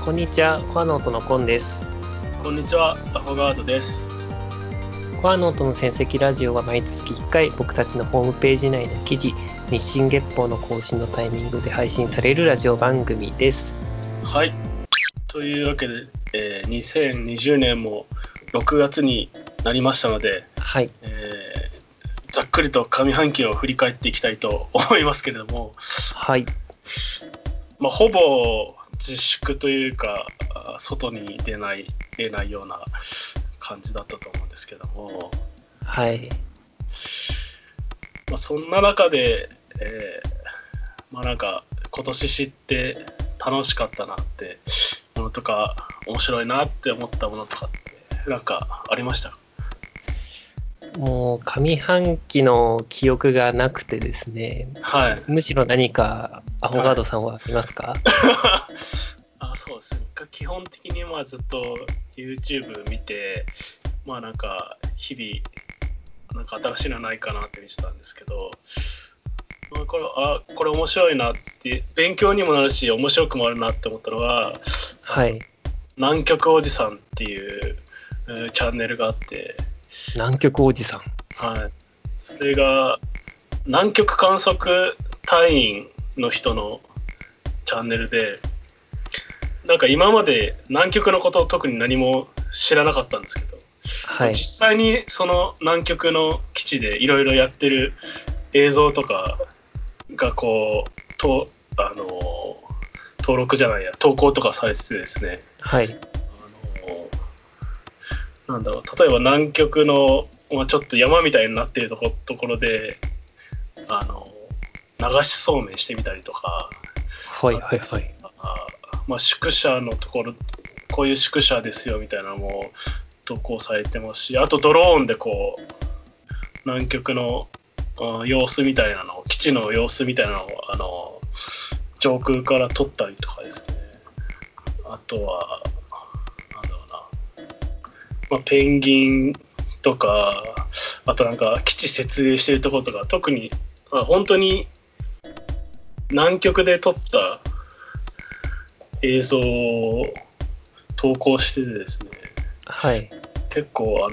こんにちは、コアノートのコンです。 こんにちは、アフォガードです。 コアノートの戦績ラジオは毎月1回、僕たちのホームページ内の記事、日進月報の更新のタイミングで配信されるラジオ番組です。 はい。というわけで、2020年も6月になりましたので、 はい。 ざっくりと上半期を振り返っていきたいと思いますけれども、 はい。 ほぼ自粛というか、外に出ないような感じだったと思うんですけども、 はい。 そんな中で、なんか今年知って楽しかったなってものとか、面白いなって思ったものとかってなんかありましたか？ もう上半期の記憶がなくてですね、 はい。 むしろ何かアフォガードさんはありますか？ そうですね。基本的にずっと YouTube 見て、なんか日々なんか新しいのないかなって見てたんですけど、これ面白いなって勉強にもなるし面白くもあるなって思ったのは、 はい。 南極おじさんっていうチャンネルがあって、 南極おじさん。 はい。それが南極観測隊員の人のチャンネルで、なんか今まで南極のことを特に何も知らなかったんですけど、 はい。 実際にその南極の基地でいろいろやってる映像とかが投稿とかされててですね、 はい。 例えば南極の、ちょっと山みたいになっているところで流しそうめんしてみたりとか、 はいはいはい。 宿舎のところ、こういう宿舎ですよみたいなのも投稿されてますし、あとドローンでこう南極の様子みたいなのを、基地の様子みたいなのを上空から撮ったりとかですね。あとはペンギンとか、あとなんか基地設営してるところとか、特に本当に南極で撮った映像を投稿しててですね、 はい。 結構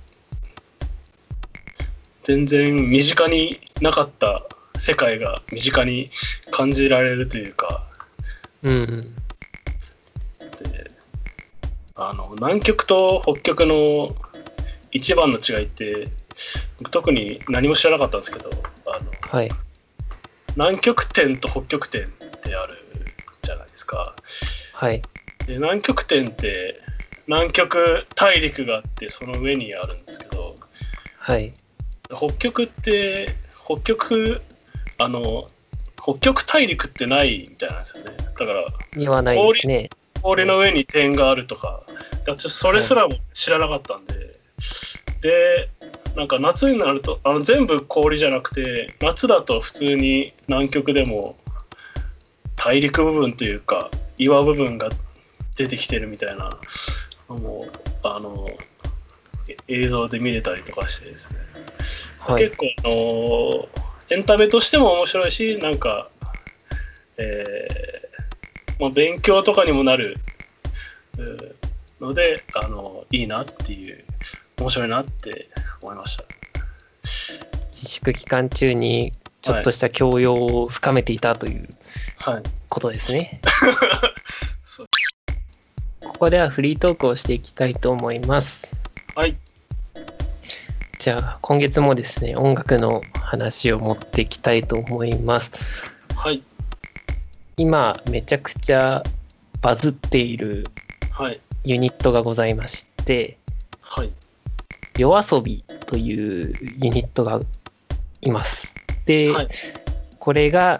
全然身近になかった世界が身近に感じられるというか、 うん。 で南極と北極の一番の違いって、特に何も知らなかったんですけど、 はい。 南極点と北極点ってあるじゃないですか。 はい。 で南極点って南極大陸があってその上にあるんですけど、 はい。 北極大陸ってないみたいなんですよね。だからにはないですね。 氷の上に点があるとか、それすらも知らなかったんで、でなんか夏になると全部氷じゃなくて、夏だと普通に南極でも大陸部分というか岩部分が出てきてるみたいなもう映像で見れたりとかしてですね、 はい。 結構エンタメとしても面白いし、なんか、勉強とかにもなるのでいいなっていう、面白いなって思いました。 自粛期間中にちょっとした教養を深めていたということですね。 そう。 ここではフリートークをしていきたいと思います。 はい。 じゃあ今月もですね、音楽の話を持っていきたいと思います。 はい。 今めちゃくちゃバズっているユニットがございまして、 はい。 YOASOBIというユニットがいます。で、 はい、 これが、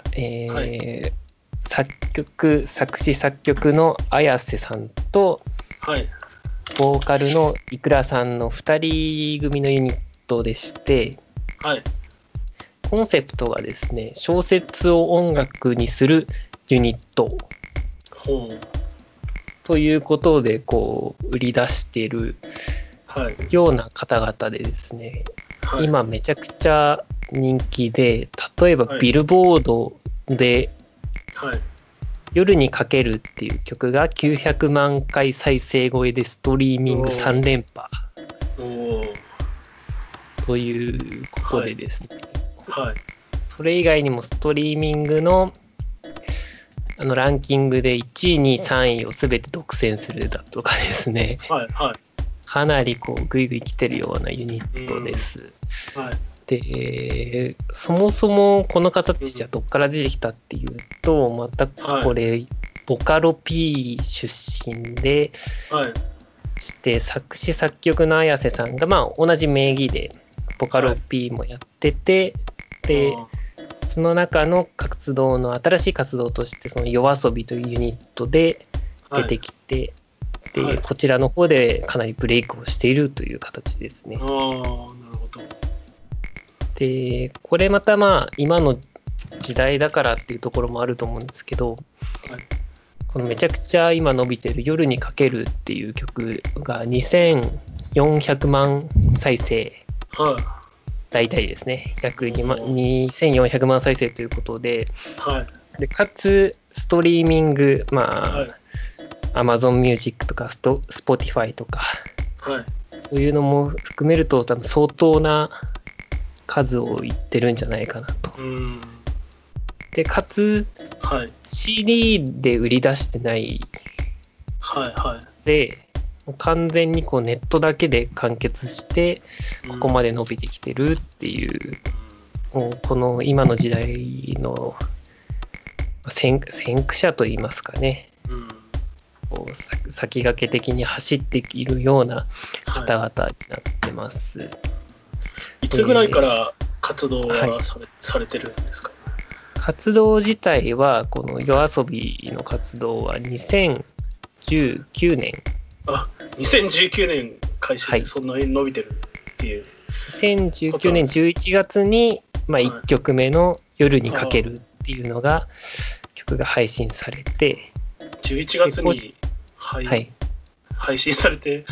作詞作曲の綾瀬さんと、ボーカルのiKURAさんの2人組のユニットでして、コンセプトがですね、小説を音楽にするユニットということでこう売り出しているような方々でですね、今めちゃくちゃ人気で、例えばビルボードで夜にかけるっていう曲が900万回再生超えでストリーミング3連覇ということでですね、 はい、 それ以外にもストリーミングのランキングで1位、2位、3位を全て独占するだとかですね、 はいはい、 かなりこうグイグイ来てるようなユニットです。 はい、 で、そもそもこの方たちはどっから出てきたっていうと、またこれ、ボカロ P 出身で、 はい、 して作詞作曲の綾瀬さんが、まあ、同じ名義でボカロ P もやってて、でその中の活動の新しい活動としてそのYOASOBIというユニットで出てきて、でこちらの方でかなりブレイクをしているという形ですね。 なるほど。 でこれまたまあ今の時代だからっていうところもあると思うんですけど、このめちゃくちゃ今伸びてる夜にかけるっていう曲が2400万再生、大体ですね、約2400万再生ということで、でかつストリーミング、まあ、Amazon Music とかSpotify とか、そういうのも含めると多分相当な数をいってるんじゃないかなと。でかつ、CD で売り出してない、で完全にこうネットだけで完結してここまで伸びてきてるっていう、もうこの今の時代の先駆者といいますかね、こう先駆け的に走っているような方々になってます。 いつぐらいから活動はされてるんですか？ 活動自体はこのYOASOBIの活動は2019年。 2019年開始でそんなに伸びてるっていう。 2019年11月に、まあ、1曲目の夜にかけるっていうのが、曲が配信されて、 11月に配信されて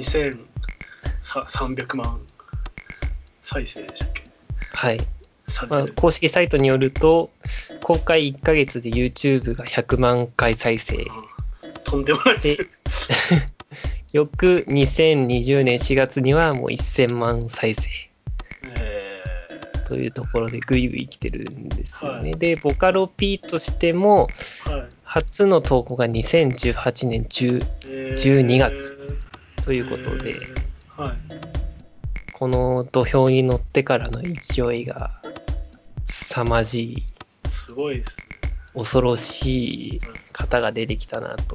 2300万再生でしたっけ？ はい。まあ、公式サイトによると公開1ヶ月で YouTube が100万回再生、 とんでもないです。 翌2020年4月にはもう1000万再生、というところでグイグイ来てるんですよね。でボカロ P としても、初の投稿が2018年12月ということで、この土俵に乗ってからの勢いが凄まじい、 すごいですね。 恐ろしい方が出てきたなと。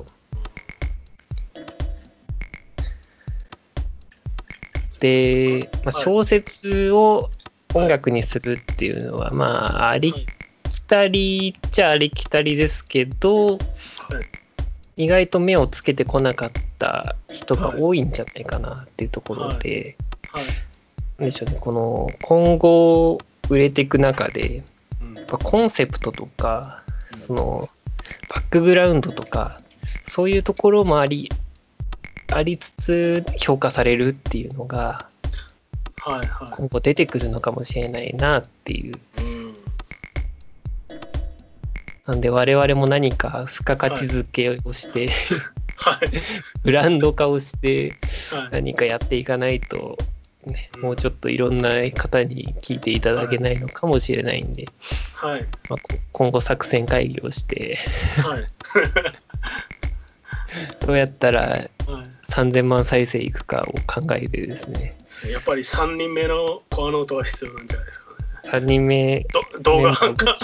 で、まあ、小説を音楽にするっていうのは、まあありきたりっちゃありきたりですけど、意外と目をつけてこなかった人が多いんじゃないかなっていうところで、なんでしょうね、この今後売れていく中で、コンセプトとかそのバックグラウンドとかそういうところもありつつ評価されるっていうのが、今後出てくるのかもしれないなっていう、なんで我々も何か付加価値付けをして、ブランド化をして何かやっていかないと、もうちょっといろんな方に聞いていただけないのかもしれないんで、まあ、今後作戦会議をして、どうやったら3000万再生いくかを考えてですね。 やっぱり3人目のコアノートが必要なんじゃないですかね。 3人目動画班か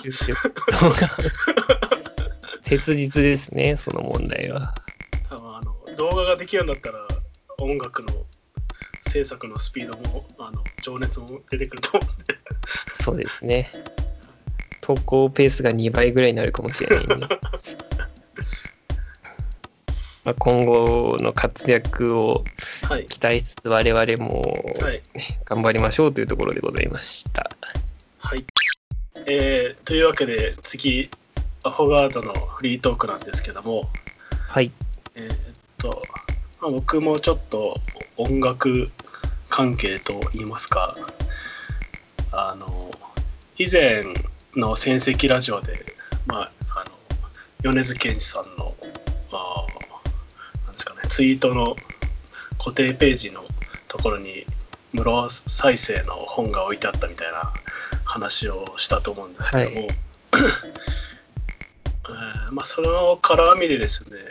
切実ですね、その問題は。 多分動画ができるようになったら音楽の制作のスピードも情熱も出てくると思うんで。 そうですね。投稿ペースが2倍ぐらいになるかもしれないんで、まあ、今後の活躍を期待しつつ我々も、頑張りましょうというところでございました。 というわけで次アフォガードのフリートークなんですけども、僕もちょっと音楽関係といいますか、以前の戦績ラジオで、 米津玄師さんのなんですかね、ツイートの固定ページのところに室再生の本が置いてあったみたいな話をしたと思うんですけども、はいその絡みでですね、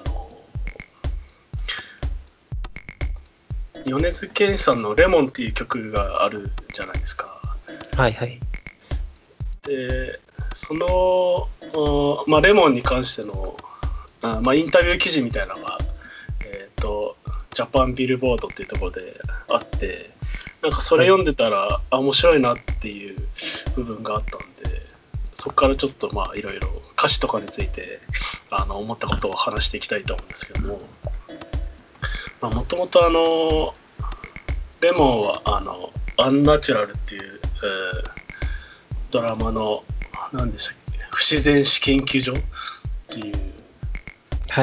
米津玄師さんの「レモン」っていう曲があるじゃないですか。 はいはい。 でその、レモンに関しての、インタビュー記事みたいなのが、ジャパンビルボードっていうところであって、なんかそれ読んでたら、面白いなっていう部分があったんで、そこからちょっといろいろ歌詞とかについて思ったことを話していきたいと思うんですけども、もともとレモンはアンナチュラルっていう、ドラマの何でしたっけ、不自然史研究所っていう、 はい、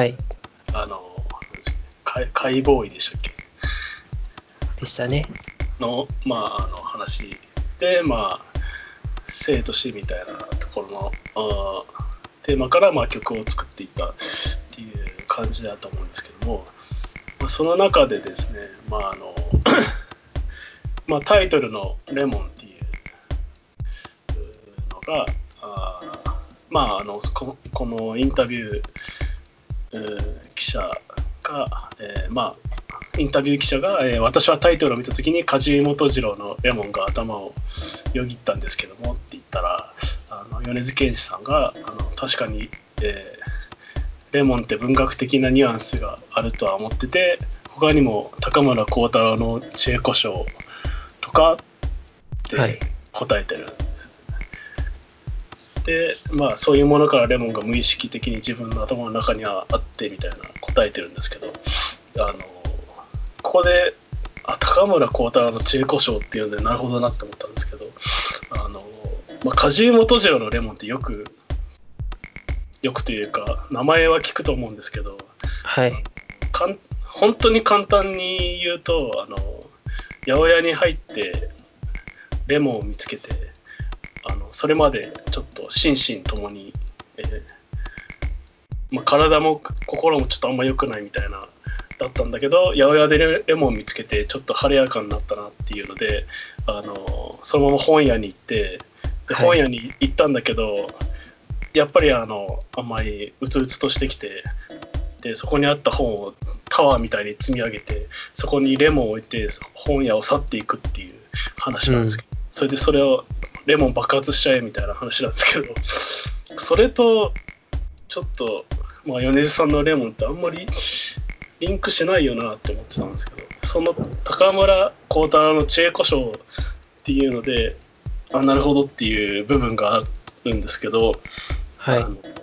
解剖医でしたっけでしたねの話で、生と死みたいなところのテーマから曲を作っていったっていう感じだと思うんですけども、その中でですね、タイトルの「レモン」っていうのがこのインタビュー記者が、インタビュー記者が、私はタイトルを見たときに梶本次郎の「レモン」が頭をよぎったんですけどもって言ったら、米津玄師さんが確かに、レモンって文学的なニュアンスがあるとは思ってて、他にも高村光太郎の知恵子賞とかって答えてるんです、でそういうものからレモンが無意識的に自分の頭の中にはあってみたいな答えてるんですけど、ここで高村光太郎の知恵子賞っていうのでなるほどなって思ったんですけど、梶本次郎のレモンってよくというか名前は聞くと思うんですけど、 はい、 本当に簡単に言うと八百屋に入ってレモンを見つけてそれまでちょっと心身ともに、体も心もちょっとあんま良くないみたいなだったんだけど、八百屋でレモンを見つけてちょっと晴れやかになったなっていうのでそのまま本屋に行って本屋に行ったんだけど、やっぱりあんまりうつうつとしてきて、でそこにあった本をタワーみたいに積み上げてそこにレモンを置いて本屋を去っていくっていう話なんですけど、それをレモン爆発しちゃえみたいな話なんですけど、それとちょっと米津さんのレモンってあんまりリンクしないよなって思ってたんですけど、その高村光太郎の知恵子賞っていうのでなるほどっていう部分があるんですけど、 はい、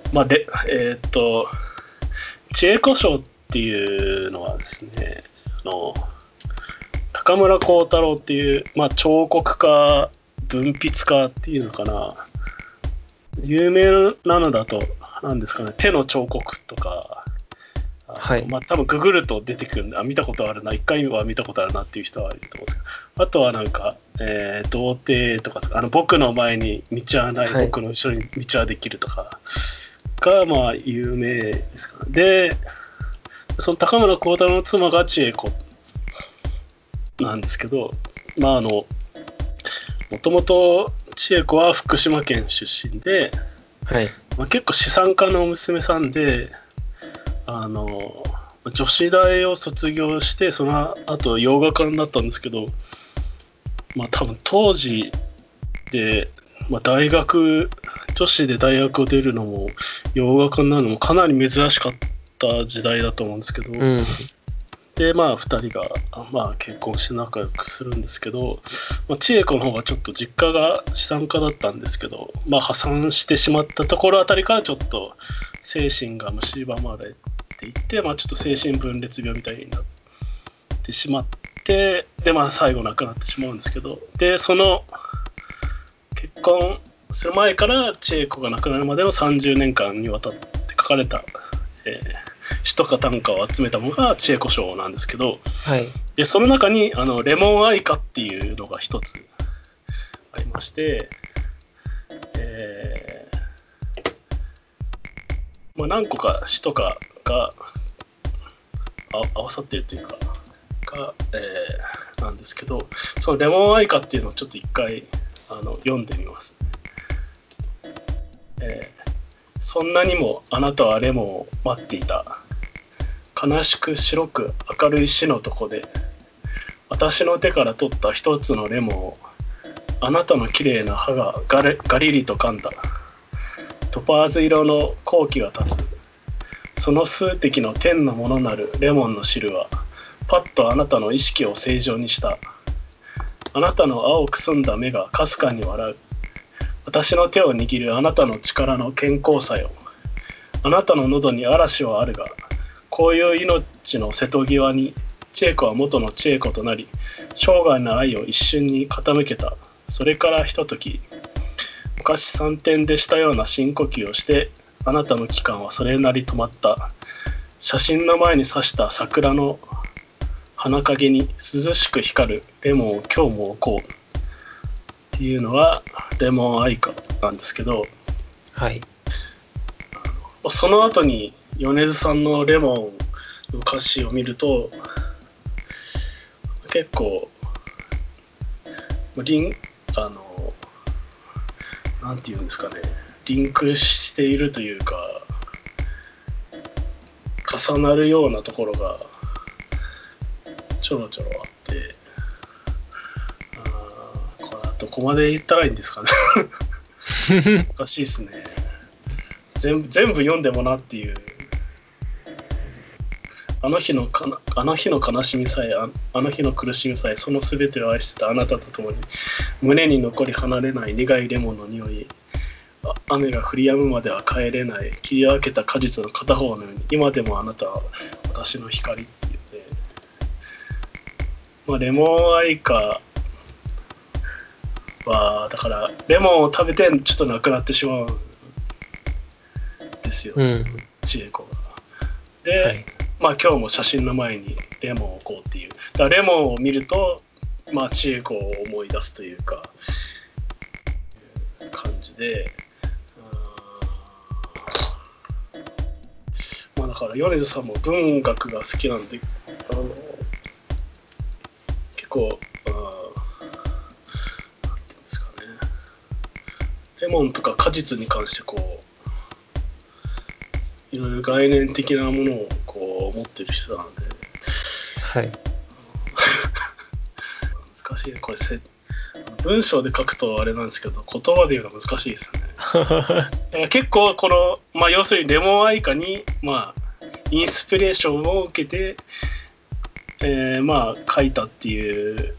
知恵子賞っていうのはですね、高村光太郎っていう、彫刻家文筆家っていうのかな、有名なのだと何ですかね、手の彫刻とか、 はい、 多分ググると出てくるんで見たことあるな、1回は見たことあるなっていう人はいると思うんですけど、あとはなんか、童貞とか僕の前に道はない、僕の後ろに道はできるとかが有名ですから。でその高村光太郎の妻が千恵子なんですけど、もともと千恵子は福島県出身で、 はい、 結構資産家の娘さんで、女子大を卒業してその後洋画家になったんですけど、多分当時で、女子で大学を出るのも洋画家になるのもかなり珍しかった時代だと思うんですけど、で2人が、結婚して仲良くするんですけど、千恵子の方がちょっと実家が資産家だったんですけど、破産してしまったところあたりからちょっと精神が蝕まれていって、ちょっと精神分裂病みたいになってしまって、で最後亡くなってしまうんですけど、でその結婚する前から千恵子が亡くなるまでの30年間にわたって書かれた、詩とか短歌を集めたものが千恵子賞なんですけど、 はい、 でその中にレモン愛歌っていうのが一つありまして、 まあ、何個か詩とかが合わさっているというかなんですけど、そのレモン愛歌っていうのをちょっと一回読んでみます。そんなにもあなたはレモンを待っていた。悲しく白く明るい死のとこで、私の手から取った一つのレモンをあなたの綺麗な歯がガリリと噛んだ。トパーズ色の好気が立つ。その数滴の天のものなるレモンの汁はパッとあなたの意識を正常にした。あなたの青く澄んだ目がかすかに笑う。私の手を握るあなたの力の健康さよ。あなたの喉に嵐はあるが、こういう命の瀬戸際に千恵子は元の千恵子となり、生涯の愛を一瞬に傾けた。それからひととき、昔三点でしたような深呼吸をして、あなたの期間はそれなり止まった。写真の前に刺した桜の花陰に涼しく光るレモンを今日も置こうっていうのはレモン愛歌なんですけど、 はい、 その後に米津さんのレモンの歌詞を見ると結構なんていうんですかね、リンクしているというか重なるようなところがちょろちょろあって、これどこまで言ったらいいんですかね難しいですね。全部読んでもなっていう。あの日の悲しみさえ、あの日の苦しみさえ、その全てを愛してたあなたと共に胸に残り離れない苦いレモンの匂い。雨が降り止むまでは帰れない切り分けた果実の片方のように今でもあなたは私の光っていうね。レモン愛歌はだからレモンを食べてちょっとなくなってしまうんですよ、千恵子が。で、はい、今日も写真の前にレモンを置こうっていう。だからレモンを見ると千恵子を思い出すというか感じで。だから米津さんも文学が好きなんで結構なんていうんですかね、レモンとか果実に関していろいろ概念的なものを持ってる人なんで、 はい、 難しいねこれ。文章で書くとあれなんですけど言葉で言うのは難しいですね結構この、要するにレモン愛歌にインスピレーションを受けて、書いたっていう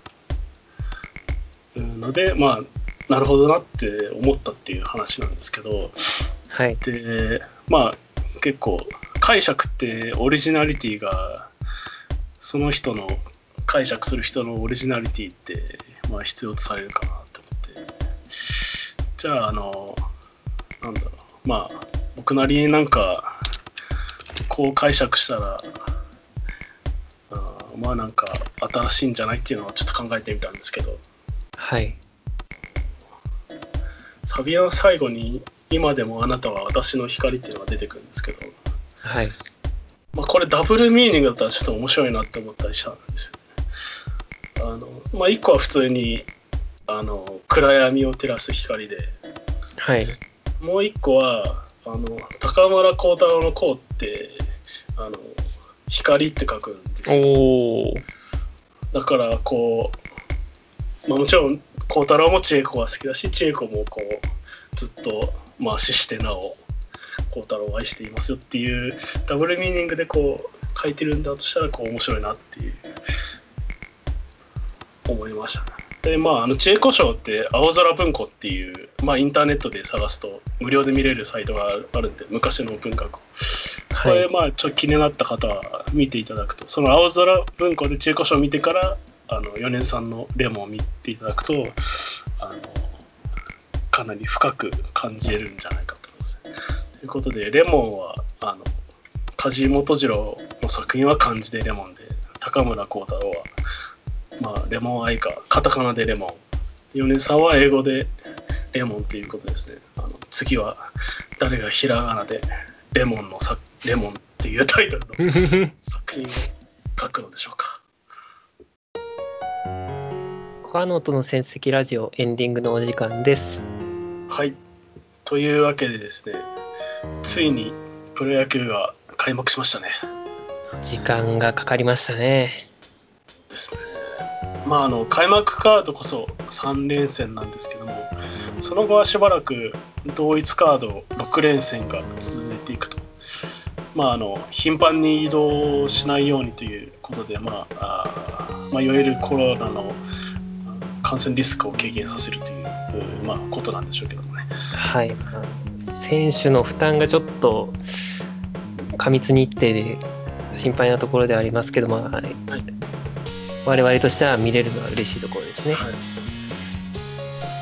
のでなるほどなって思ったっていう話なんですけど、 はい、 で結構解釈ってオリジナリティがその人の解釈する人のオリジナリティって必要とされるかなと思って、じゃあなんだろう、僕なりになんかこう解釈したらなんか新しいんじゃないっていうのをちょっと考えてみたんですけど、 はい、 サビの最後に今でもあなたは私の光っていうのが出てくるんですけど、 はい、 これダブルミーニングだったらちょっと面白いなって思ったりしたんですよね。一個は普通に暗闇を照らす光で、 はい、 もう一個は高村光太郎の光って光って書くんですよ。だからもちろん光太郎も千恵子が好きだし、千恵子もずっと死してなお光太郎を愛していますよっていうダブルミーニングで書いてるんだとしたら面白いなっていう思いましたね。で千恵子賞って青空文庫っていう、インターネットで探すと無料で見れるサイトがあるんで、昔の文学をそれちょっと気になった方は見ていただくと、その青空文庫で千恵子賞を見てから米津さんのレモンを見ていただくとかなり深く感じれるんじゃないかと思います。ということでレモンは梶井基次郎の作品は漢字でレモンで、高村光太郎はレモン愛歌、カタカナでレモン、米津さんは英語でレモンということですね。次は誰がひらがなでレモンっていうタイトルの作品を書くのでしょうか。 コカノートの戦績ラジオエンディングのお時間です。 はい。というわけでですね、ついにプロ野球が開幕しましたね。 時間がかかりましたね。 ですね。開幕カードこそ3連戦なんですけども、その後はしばらく同一カード6連戦が続いていくと。頻繁に移動しないようにということで、いわゆるコロナの感染リスクを軽減させるという、ことなんでしょうけどもね。 はい。選手の負担がちょっと過密日程で心配なところではありますけど、はい、我々としては見れるのは嬉しいところですね。はい、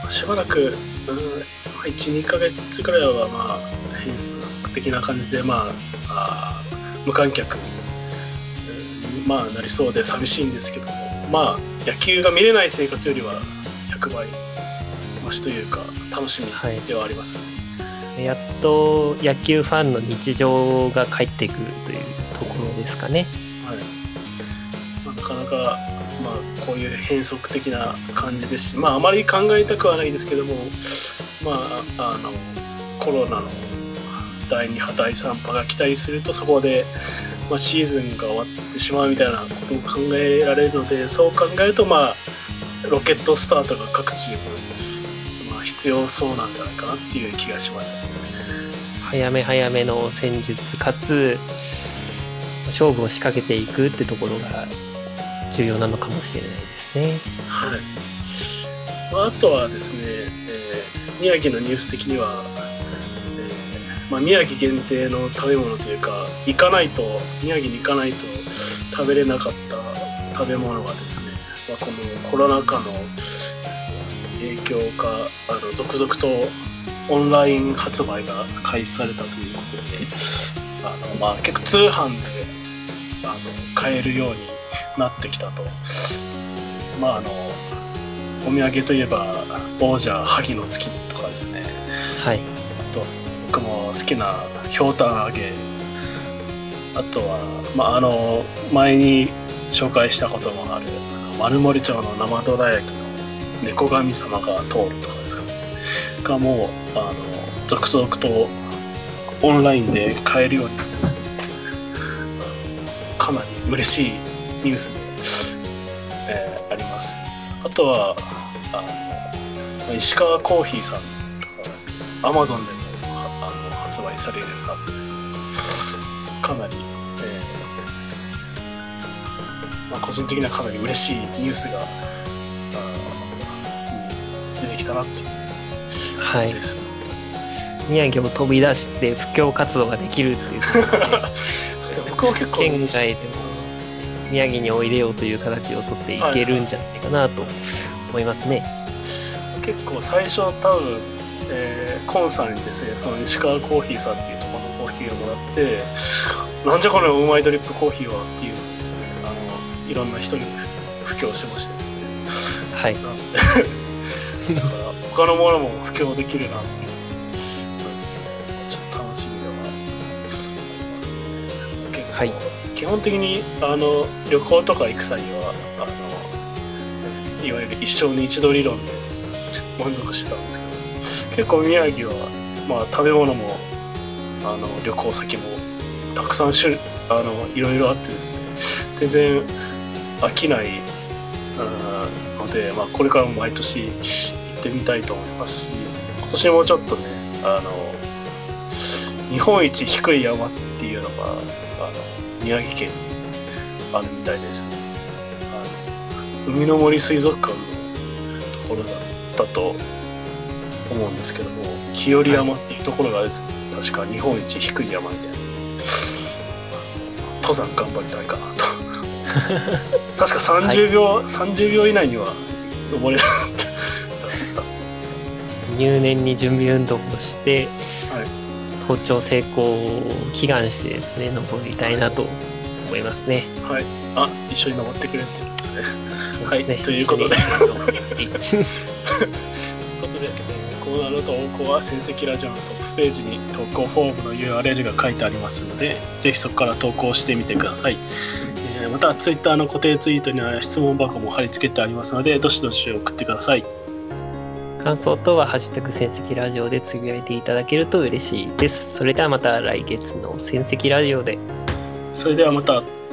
しばらく、1、2ヶ月くらいは変則的な感じで、無観客に、なりそうで寂しいんですけども、野球が見れない生活よりは100倍マシというか楽しみではありますよね。 やっと野球ファンの日常が帰ってくるというところですかね。 はい。なかなかこういう変則的な感じですし、あまり考えたくはないですけども、コロナの第2波第3波が来たりすると、そこで、シーズンが終わってしまうみたいなことを考えられるので、そう考えるとロケットスタートが各チーム、必要そうなんじゃないかなっていう気がします、ね。 早めの戦術かつ勝負を仕掛けていくってところが重要なのかもしれないですね。 はい。あとはですね、宮城のニュース的には、宮城限定の食べ物というか、宮城に行かないと食べれなかった食べ物がですね、このコロナ禍の影響か続々とオンライン発売が開始されたということで、結構通販で買えるようになってきたと。お土産といえば王者萩の月とかですね。 はい。 あと僕も好きなひょうたん揚げ、あとは前に紹介したこともある丸森町の生どら焼きの猫神様が通るとかですかね、がもう続々とオンラインで買えるようになってですね、かなり嬉しいニュースで、あります。あとは石川コーヒーさんとかですね、Amazon でも発売されるようになってですね、かなり、個人的にはかなり嬉しいニュースが出てきたなっていう感じです。はい、 宮城を飛び出して布教活動ができるという僕は結構県外でも宮城においでよという形をとっていけるんじゃないかなと思いますね。 結構最初多分、コンさんにですね、その石川コーヒーさんっていうところのコーヒーをもらって、なんじゃこのうまいドリップコーヒーはっていうのをですね、いろんな人に布教しましてですね。 はい。 だから他のものも布教できるなっていうのですね、ちょっと楽しみではありますね。結構、はい、基本的に旅行とか行く際はいわゆる一生に一度理論で満足してたんですけど、結構宮城は食べ物も旅行先もたくさんいろいろあってですね、全然飽きないので、これからも毎年行ってみたいと思いますし、今年もちょっとね日本一低い山っていうのが宮城県にあるみたいですね。海の森水族館のところだったと思うんですけども、日和山っていうところがですね、確か日本一低い山みたいな、登山頑張りたいかなと確か30秒以内には登れるだった。 入念に準備運動をして、はい、登頂成功を祈願してですね、登りたいなと思いますね。 はい。一緒に登ってくれって言うんですね。はい。ということで。 ことで、コーナーの投稿は戦績ラジオのトップページに投稿フォームの URL が書いてありますので、ぜひそこから投稿してみてください。また Twitter の固定ツイートには質問箱も貼り付けてありますので、どしどし送ってください。 感想等はハッシュタグ戦績ラジオでつぶやいていただけると嬉しいです。それではまた来月の戦績ラジオで。 それではまた。